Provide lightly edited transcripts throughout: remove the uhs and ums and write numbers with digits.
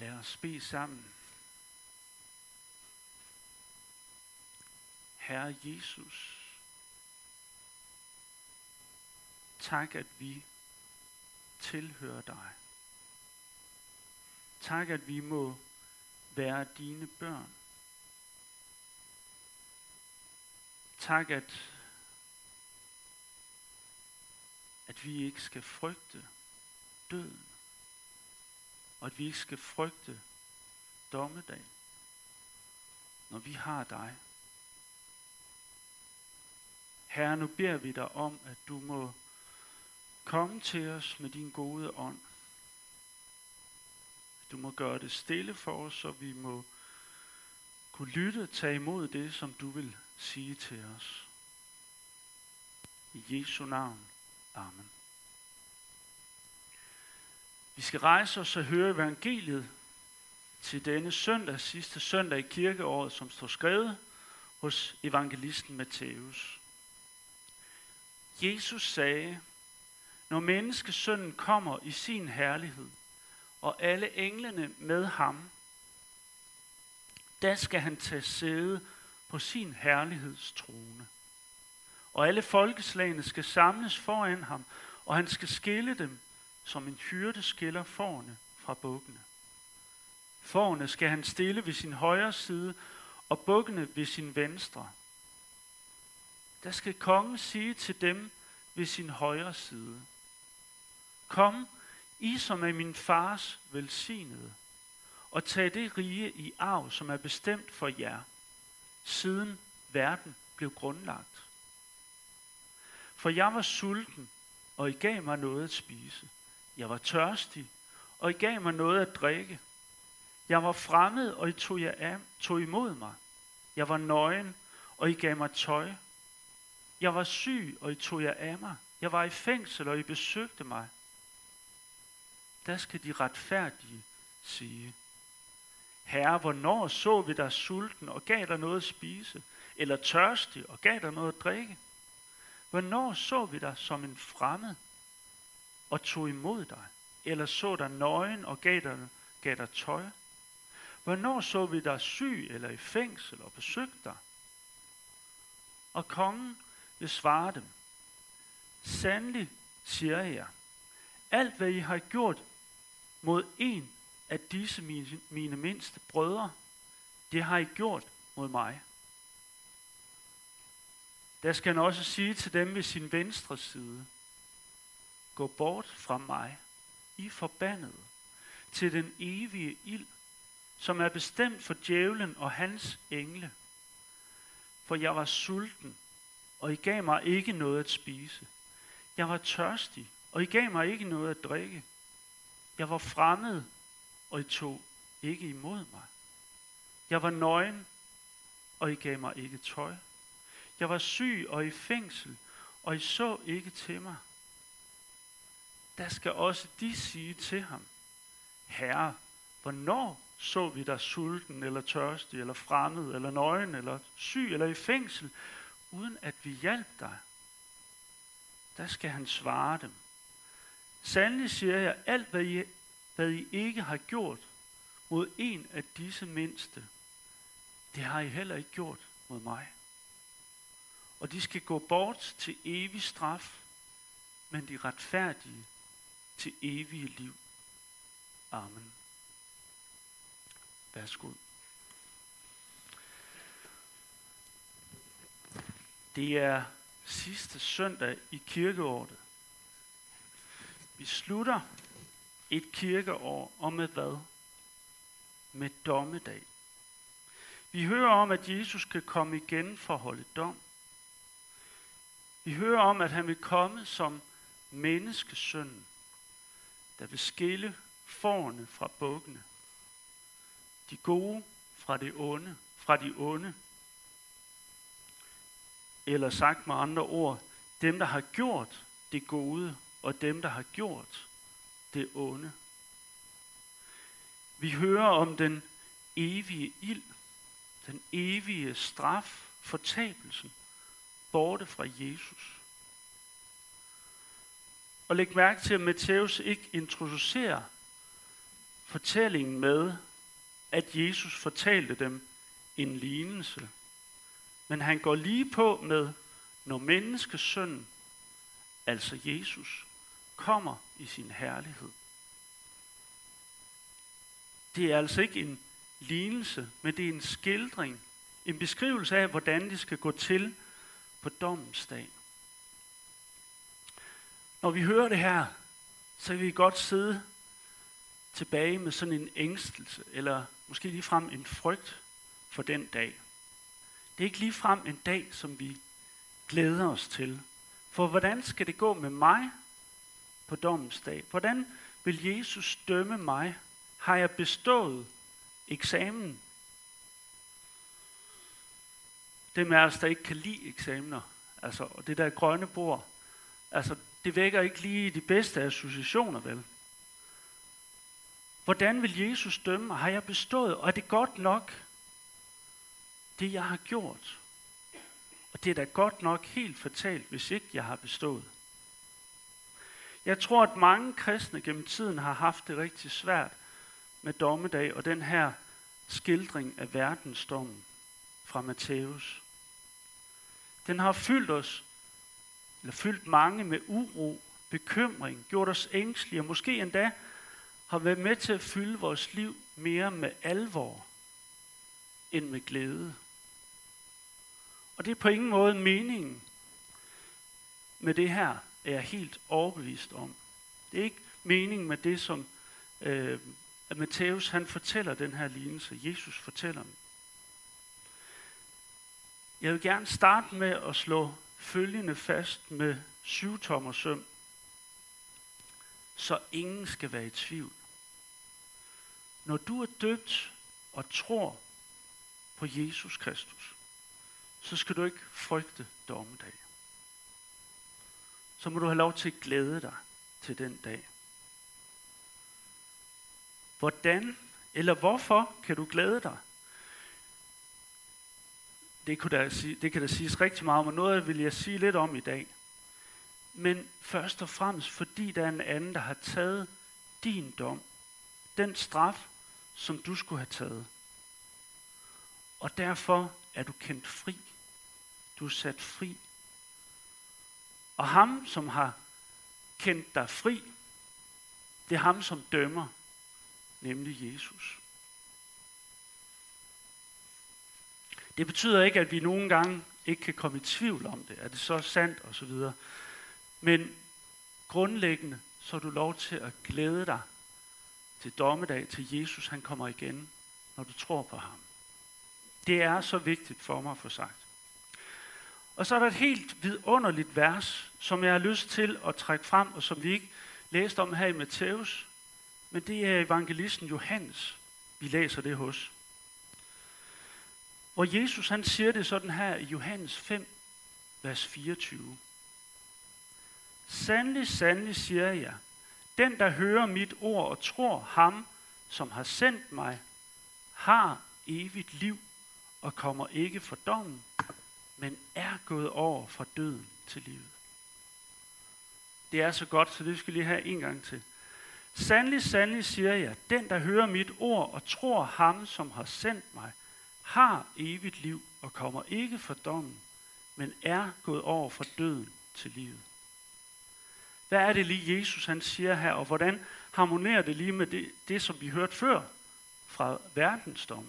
Lad os bede sammen. Herre Jesus, tak at vi tilhører dig. Tak at vi må være dine børn. Tak at vi ikke skal frygte døden, og at vi ikke skal frygte dommedag, når vi har dig. Herre, nu beder vi dig om, at du må komme til os med din gode ånd. Du må gøre det stille for os, så vi må kunne lytte og tage imod det, som du vil sige til os. I Jesu navn. Amen. Vi skal rejse os og høre evangeliet til denne søndag, sidste søndag i kirkeåret, som står skrevet hos evangelisten Matthæus. Jesus sagde, når menneskesønnen kommer i sin herlighed, og alle englene med ham, da skal han tage sæde på sin herlighedstrone. Og alle folkeslagene skal samles foran ham, og han skal skille dem, som en hyrde skiller fårene fra bukkene. Fårene skal han stille ved sin højre side, og bukkene ved sin venstre. Der skal kongen sige til dem ved sin højre side, kom, I som er min fars velsignede, og tag det rige i arv, som er bestemt for jer, siden verden blev grundlagt. For jeg var sulten, og I gav mig noget at spise. Jeg var tørstig, og I gav mig noget at drikke. Jeg var fremmed, og I tog imod mig. Jeg var nøgen, og I gav mig tøj. Jeg var syg, og I tog jer af mig. Jeg var i fængsel, og I besøgte mig. Der skal de retfærdige sige, Herre, hvornår så vi dig sulten og gav dig noget at spise, eller tørstig og gav dig noget at drikke? Hvornår så vi dig som en fremmed og tog imod dig, eller så dig nøgen og gav dig tøj? Hvornår så vi dig syg eller i fængsel og besøgte dig? Og kongen vil svare dem, sandelig siger jeg, alt hvad I har gjort mod en af disse mine mindste brødre, det har I gjort mod mig. Der skal han også sige til dem ved sin venstre side, gå bort fra mig, I forbandede, til den evige ild, som er bestemt for djævlen og hans engle. For jeg var sulten, og I gav mig ikke noget at spise. Jeg var tørstig, og I gav mig ikke noget at drikke. Jeg var fremmed, og I tog ikke imod mig. Jeg var nøgen, og I gav mig ikke tøj. Jeg var syg og i fængsel, og I så ikke til mig. Der skal også de sige til ham, Herre, hvornår så vi dig sulten, eller tørstig, eller fremmed, eller nøgen, eller syg, eller i fængsel, uden at vi hjalp dig? Der skal han svare dem, sandelig siger jeg, alt hvad I ikke har gjort mod en af disse mindste, det har I heller ikke gjort mod mig. Og de skal gå bort til evig straf, men de retfærdige til evige liv. Amen. Værsgo. Det er sidste søndag i kirkeåret. Vi slutter et kirkeår, og med hvad? Med dommedag. Vi hører om, at Jesus kan komme igen for at holde dom. Vi hører om, at han vil komme som menneskesønnen, der vil skille fårene fra bukkene, de gode fra de onde, eller sagt med andre ord, dem, der har gjort det gode, og dem, der har gjort det onde. Vi hører om den evige ild, den evige straf, fortabelsen, borte fra Jesus. Og læg mærke til, at Matthæus ikke introducerer fortællingen med, at Jesus fortalte dem en lignelse. Men han går lige på med, når menneskesønnen, altså Jesus, kommer i sin herlighed. Det er altså ikke en lignelse, men det er en skildring, en beskrivelse af, hvordan det skal gå til på dommens dag. Når vi hører det her, så kan vi godt sidde tilbage med sådan en ængstelse, eller måske ligefrem en frygt for den dag. Det er ikke ligefrem en dag, som vi glæder os til. For hvordan skal det gå med mig på dommens dag? Hvordan vil Jesus dømme mig? Har jeg bestået eksamen? Dem af os, der ikke kan lide eksamener, og det der grønne bord, det vækker ikke lige de bedste associationer, vel? Hvordan vil Jesus dømme mig? Har jeg bestået? Og er det godt nok, det jeg har gjort? Og det er da godt nok helt fatalt, hvis ikke jeg har bestået. Jeg tror, at mange kristne gennem tiden har haft det rigtig svært med dommedag og den her skildring af verdensdommen fra Matthæus. Den har fyldt mange med uro, bekymring, gjort os ængstelige, og måske endda har været med til at fylde vores liv mere med alvor end med glæde. Og det er på ingen måde meningen med det her, er jeg helt overbevist om. Det er ikke meningen med det, som at Matthæus han fortæller den her lignelse. Jesus fortæller den. Jeg vil gerne starte med at slå følgende fast med 7-tommersøm, så ingen skal være i tvivl. Når du er døbt og tror på Jesus Kristus, så skal du ikke frygte dommedag. Så må du have lov til at glæde dig til den dag. Hvordan eller hvorfor kan du glæde dig? Det kan der siges rigtig meget om, og noget vil jeg sige lidt om i dag. Men først og fremmest, fordi der er en anden, der har taget din dom. Den straf, som du skulle have taget. Og derfor er du kendt fri. Du er sat fri. Og ham, som har kendt dig fri, det er ham, som dømmer, nemlig Jesus. Det betyder ikke, at vi nogle gange ikke kan komme i tvivl om det. Er det så sandt og så videre. Men grundlæggende, så er du lov til at glæde dig til dommedag, til Jesus han kommer igen, når du tror på ham. Det er så vigtigt for mig at få sagt. Og så er der et helt vidunderligt vers, som jeg har lyst til at trække frem, og som vi ikke læste om her i Matthæus, men det er evangelisten Johannes, vi læser det hos. Hvor Jesus han siger det sådan her i Johannes 5, vers 24. Sandelig, sandelig siger jeg, den der hører mit ord og tror ham, som har sendt mig, har evigt liv og kommer ikke for dommen, men er gået over fra døden til livet. Det er så godt, så det skal vi lige have en gang til. Sandelig, sandelig siger jeg, den der hører mit ord og tror ham, som har sendt mig, har evigt liv og kommer ikke for dommen, men er gået over fra døden til livet. Hvad er det lige Jesus han siger her, og hvordan harmonerer det lige med det som vi hørte før fra verdensdommen?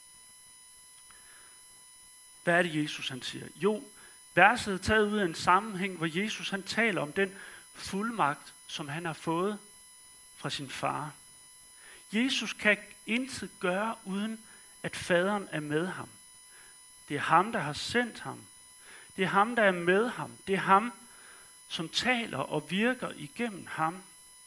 Hvad er det Jesus han siger? Jo, verset er taget ud af en sammenhæng, hvor Jesus han taler om den fuldmagt, som han har fået fra sin far. Jesus kan intet gøre, uden at faderen er med ham. Det er ham, der har sendt ham. Det er ham, der er med ham. Det er ham, som taler og virker igennem ham.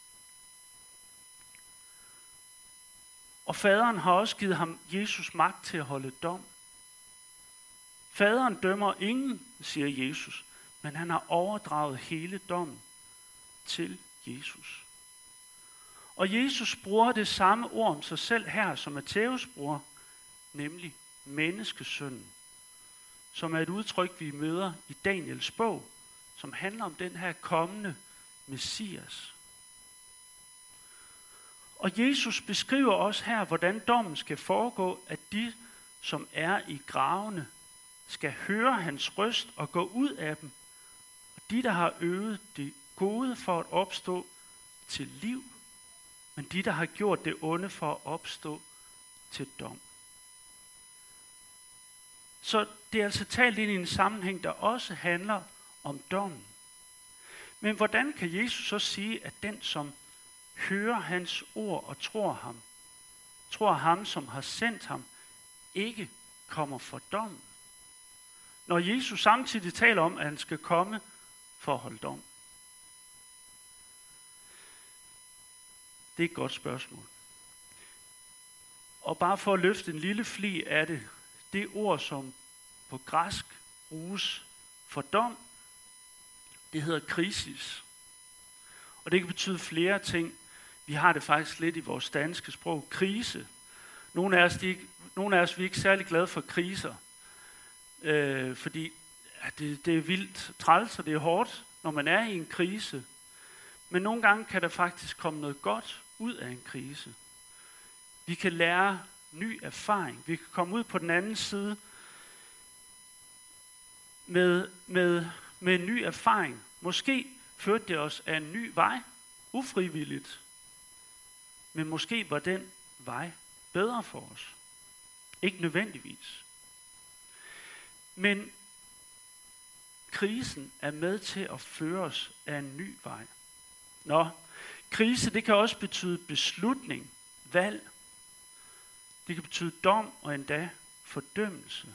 Og faderen har også givet ham Jesus magt til at holde dom. Faderen dømmer ingen, siger Jesus, men han har overdraget hele dommen til Jesus. Og Jesus bruger det samme ord om sig selv her, som Matthæus bruger, nemlig menneskesønnen, som er et udtryk, vi møder i Daniels bog, som handler om den her kommende Messias. Og Jesus beskriver også her, hvordan dommen skal foregå, at de, som er i gravene, skal høre hans røst og gå ud af dem. Og de, der har øvet det gode for at opstå til liv, men de, der har gjort det onde for at opstå til dom. Så det er altså talt ind i en sammenhæng, der også handler om dommen. Men hvordan kan Jesus så sige, at den, som hører hans ord og tror ham, som har sendt ham, ikke kommer for dommen? Når Jesus samtidig taler om, at han skal komme for at holde dom. Det er et godt spørgsmål. Og bare for at løfte en lille fli af det, det ord, som på græsk bruges for dom, det hedder krisis. Og det kan betyde flere ting. Vi har det faktisk lidt i vores danske sprog. Krise. Nogle af os vi er ikke særlig glade for kriser. Fordi det er vildt træls, og det er hårdt, når man er i en krise. Men nogle gange kan der faktisk komme noget godt ud af en krise. Vi kan lære ny erfaring. Vi kan komme ud på den anden side med en ny erfaring. Måske førte det os af en ny vej, ufrivilligt. Men måske var den vej bedre for os. Ikke nødvendigvis. Men krisen er med til at føre os af en ny vej. Krise, det kan også betyde beslutning, valg. Det kan betyde dom og endda fordømmelse.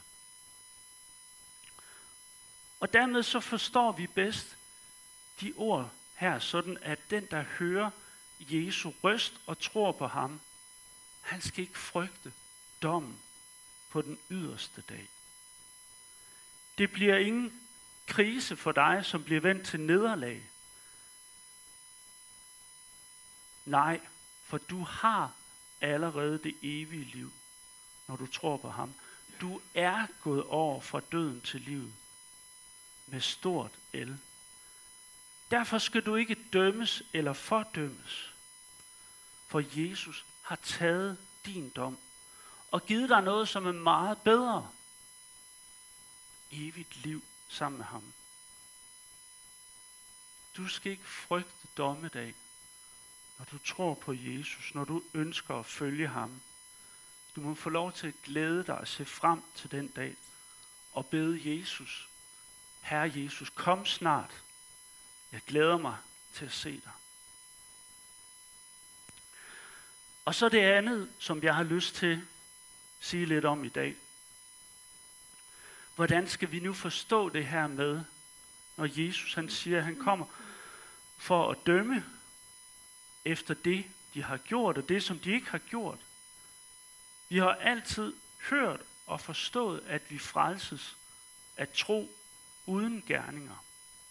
Og dermed så forstår vi bedst de ord her, sådan at den, der hører Jesu røst og tror på ham, han skal ikke frygte dommen på den yderste dag. Det bliver ingen krise for dig, som bliver vendt til nederlag. Nej, for du har allerede det evige liv, når du tror på ham. Du er gået over fra døden til livet med stort L. Derfor skal du ikke dømmes eller fordømmes, for Jesus har taget din dom og givet dig noget, som er meget bedre. Evigt liv sammen med ham. Du skal ikke frygte dommedag, når du tror på Jesus, når du ønsker at følge ham. Du må få lov til at glæde dig og se frem til den dag og bede Jesus, Herre Jesus, kom snart. Jeg glæder mig til at se dig. Og så det andet, som jeg har lyst til at sige lidt om i dag. Hvordan skal vi nu forstå det her med, når Jesus han siger, at han kommer for at dømme efter det, de har gjort, og det, som de ikke har gjort. Vi har altid hørt og forstået, at vi frelses at tro uden gerninger.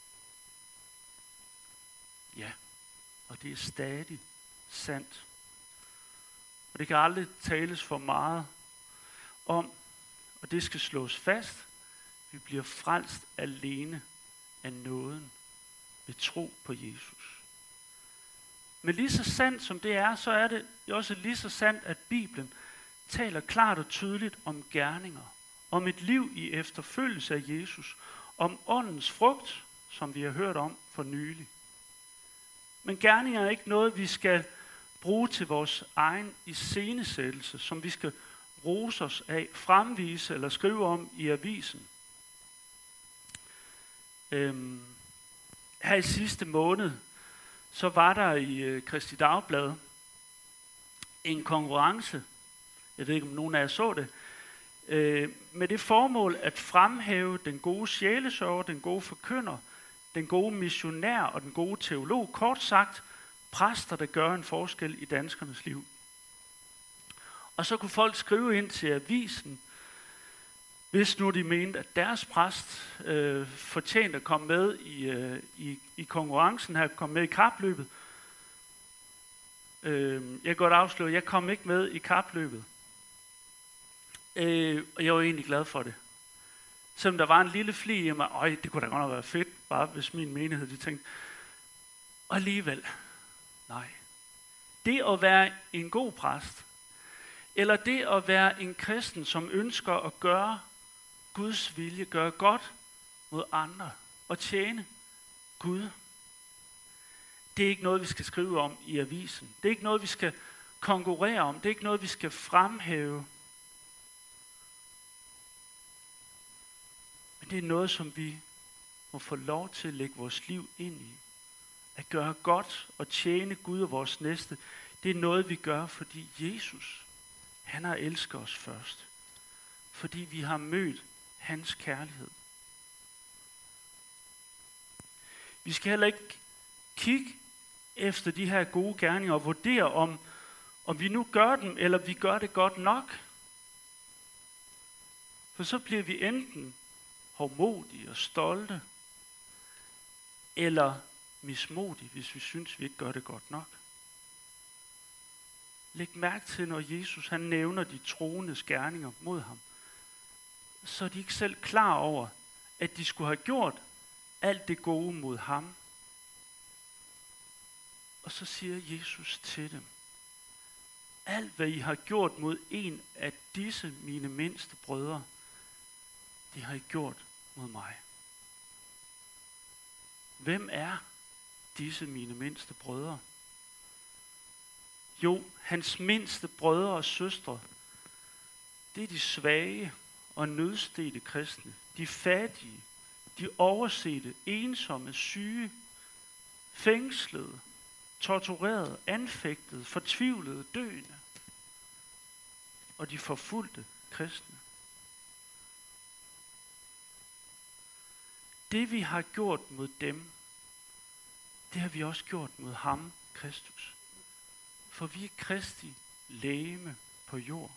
Ja, og det er stadig sandt. Og det kan aldrig tales for meget om, og det skal slås fast. Vi bliver frelst alene af nåden ved tro på Jesus. Men lige så sandt som det er, så er det også lige så sandt, at Bibelen taler klart og tydeligt om gerninger, om et liv i efterfølgelse af Jesus, om åndens frugt, som vi har hørt om for nylig. Men gerninger er ikke noget, vi skal bruge til vores egen iscenesættelse, som vi skal rose os af, fremvise eller skrive om i avisen. Her i sidste måned, så var der i Kristi Dagblad en konkurrence, jeg ved ikke om nogen af jer så det, med det formål at fremhæve den gode sjælesørger, den gode forkynder, den gode missionær og den gode teolog. Kort sagt, præster, der gør en forskel i danskernes liv. Og så kunne folk skrive ind til avisen, hvis nu de mente, at deres præst fortjente at komme med i konkurrencen her, komme med i kapløbet. Jeg kan godt afsløre, at jeg kom ikke med i kapløbet. Og jeg var egentlig glad for det. Selvom der var en lille fli i mig, det kunne da godt have været fedt, bare hvis min menighed de tænkte. Og alligevel, nej. Det at være en god præst, eller det at være en kristen, som ønsker at gøre Guds vilje, gøre godt mod andre og tjene Gud. Det er ikke noget, vi skal skrive om i avisen. Det er ikke noget, vi skal konkurrere om. Det er ikke noget, vi skal fremhæve. Men det er noget, som vi må få lov til at lægge vores liv ind i. At gøre godt og tjene Gud og vores næste. Det er noget, vi gør, fordi Jesus, han har elsket os først. Fordi vi har mødt hans kærlighed. Vi skal heller ikke kigge efter de her gode gerninger og vurdere, om vi nu gør dem, eller vi gør det godt nok. For så bliver vi enten hovmodige og stolte, eller mismodige, hvis vi synes, vi ikke gør det godt nok. Læg mærke til, når Jesus han nævner de troendes gerninger mod ham, så er de ikke selv klar over, at de skulle have gjort alt det gode mod ham. Og så siger Jesus til dem, alt hvad I har gjort mod en af disse mine mindste brødre, det har I gjort mod mig. Hvem er disse mine mindste brødre? Jo, hans mindste brødre og søstre, det er de svage og nødstedte kristne, de fattige, de oversete, ensomme, syge, fængslede, torturerede, anfægtede, fortvivlede, døende og de forfulgte kristne. Det vi har gjort mod dem, det har vi også gjort mod ham, Kristus. For vi er Kristi legeme på jord.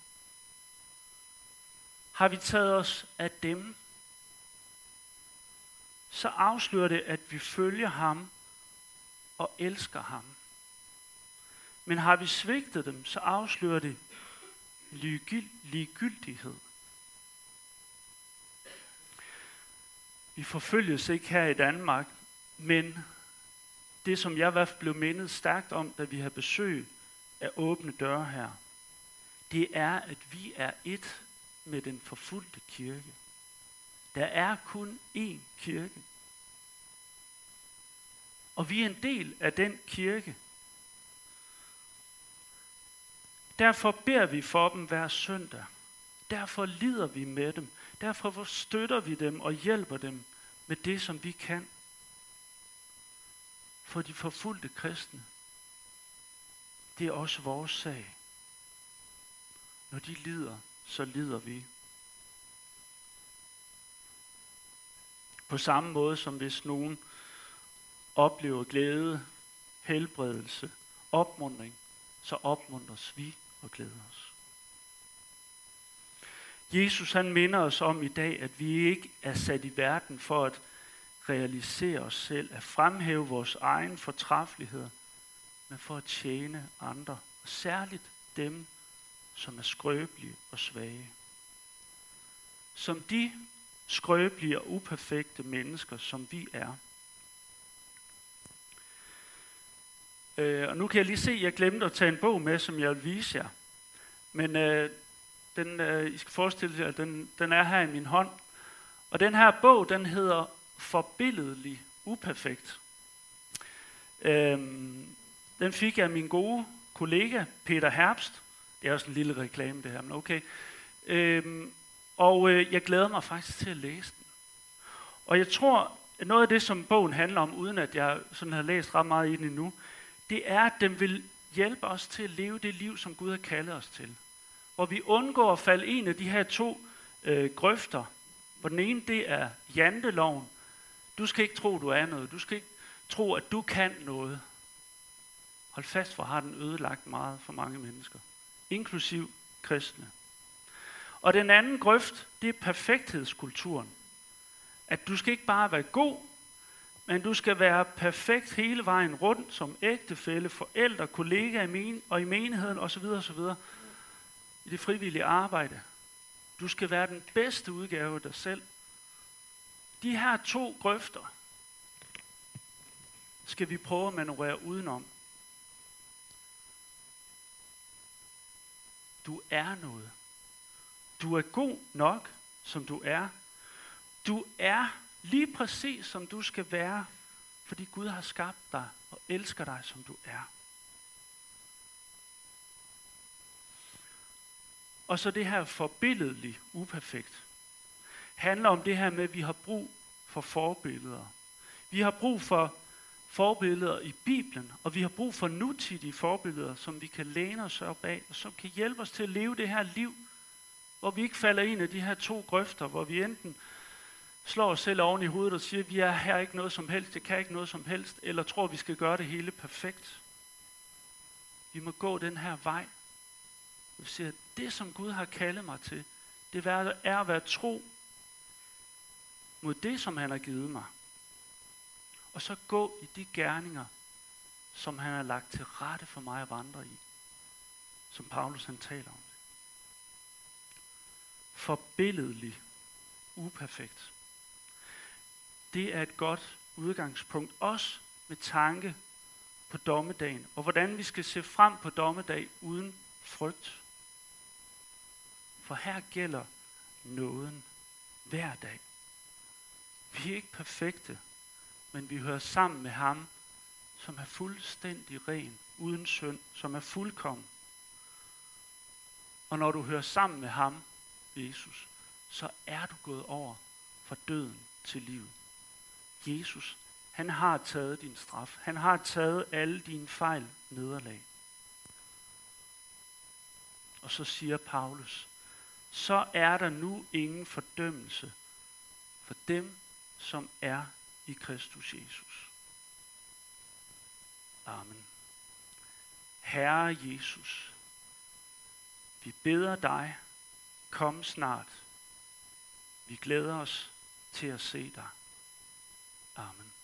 Har vi taget os af dem, så afslører det, at vi følger ham og elsker ham. Men har vi svigtet dem, så afslører det ligegyldighed. Vi forfølges ikke her i Danmark, men det, som jeg i hvert fald blev mindet stærkt om, da vi har besøg af åbne døre her, det er, at vi er et med den forfulgte kirke. Der er kun én kirke. Og vi er en del af den kirke. Derfor beder vi for dem hver søndag. Derfor lider vi med dem. Derfor støtter vi dem og hjælper dem med det, som vi kan. For de forfulgte kristne, det er også vores sag. Når de lider, så lider vi. På samme måde som hvis nogen oplever glæde, helbredelse, opmuntring, så opmuntres vi og glæder os. Jesus han minder os om i dag, at vi ikke er sat i verden for at realisere os selv, at fremhæve vores egen fortræffelighed, men for at tjene andre, og særligt dem, som er skrøbelige og svage. Som de skrøbelige og uperfekte mennesker, som vi er. Og nu kan jeg lige se, at jeg glemte at tage en bog med, som jeg vil vise jer. Men I skal forestille jer, at den er her i min hånd. Og den her bog, den hedder Forbilledlig uperfekt. Den fik jeg af min gode kollega, Peter Herbst. Det er også en lille reklame, det her, men okay. Jeg glæder mig faktisk til at læse den. Og jeg tror, at noget af det, som bogen handler om, uden at jeg sådan har læst ret meget i den endnu, det er, at den vil hjælpe os til at leve det liv, som Gud har kaldet os til. Hvor vi undgår at falde en af de her to grøfter. Hvor den ene, det er janteloven. Du skal ikke tro, du er noget. Du skal ikke tro, at du kan noget. Hold fast, hvor har den ødelagt meget for mange mennesker. Inklusiv kristne. Og den anden grøft, det er perfekthedskulturen. At du skal ikke bare være god, men du skal være perfekt hele vejen rundt som ægtefælle, forældre, kollega i menigheden osv. osv. I det frivillige arbejde. Du skal være den bedste udgave af dig selv. De her to grøfter skal vi prøve at manøvrere udenom. Du er noget. Du er god nok, som du er. Du er lige præcis, som du skal være, fordi Gud har skabt dig og elsker dig, som du er. Og så det her forbilledligt uperfekt handler om det her med, at vi har brug for forbilleder. Vi har brug for forbilleder i Bibelen, og vi har brug for nutidige forbilleder, som vi kan læne os op af, og som kan hjælpe os til at leve det her liv, hvor vi ikke falder ind i de her to grøfter, hvor vi enten slår os selv oven i hovedet og siger, at vi er her ikke noget som helst, det kan ikke noget som helst, eller tror, at vi skal gøre det hele perfekt. Vi må gå den her vej. Vi siger, at det, som Gud har kaldet mig til, det er at være tro mod det, som han har givet mig. Og så gå i de gerninger, som han har lagt til rette for mig at vandre i. Som Paulus han taler om. Forbilledligt uperfekt. Det er et godt udgangspunkt, også med tanke på dommedagen, og hvordan vi skal se frem på dommedag uden frygt. For her gælder nåden hver dag. Vi er ikke perfekte, men vi hører sammen med ham, som er fuldstændig ren, uden synd, som er fuldkommen. Og når du hører sammen med ham, Jesus, så er du gået over fra døden til livet. Jesus, han har taget din straf. Han har taget alle dine fejl nederlag. Og så siger Paulus, så er der nu ingen fordømmelse for dem, som er i Kristus Jesus. Amen. Herre Jesus, vi beder dig, kom snart. Vi glæder os til at se dig. Amen.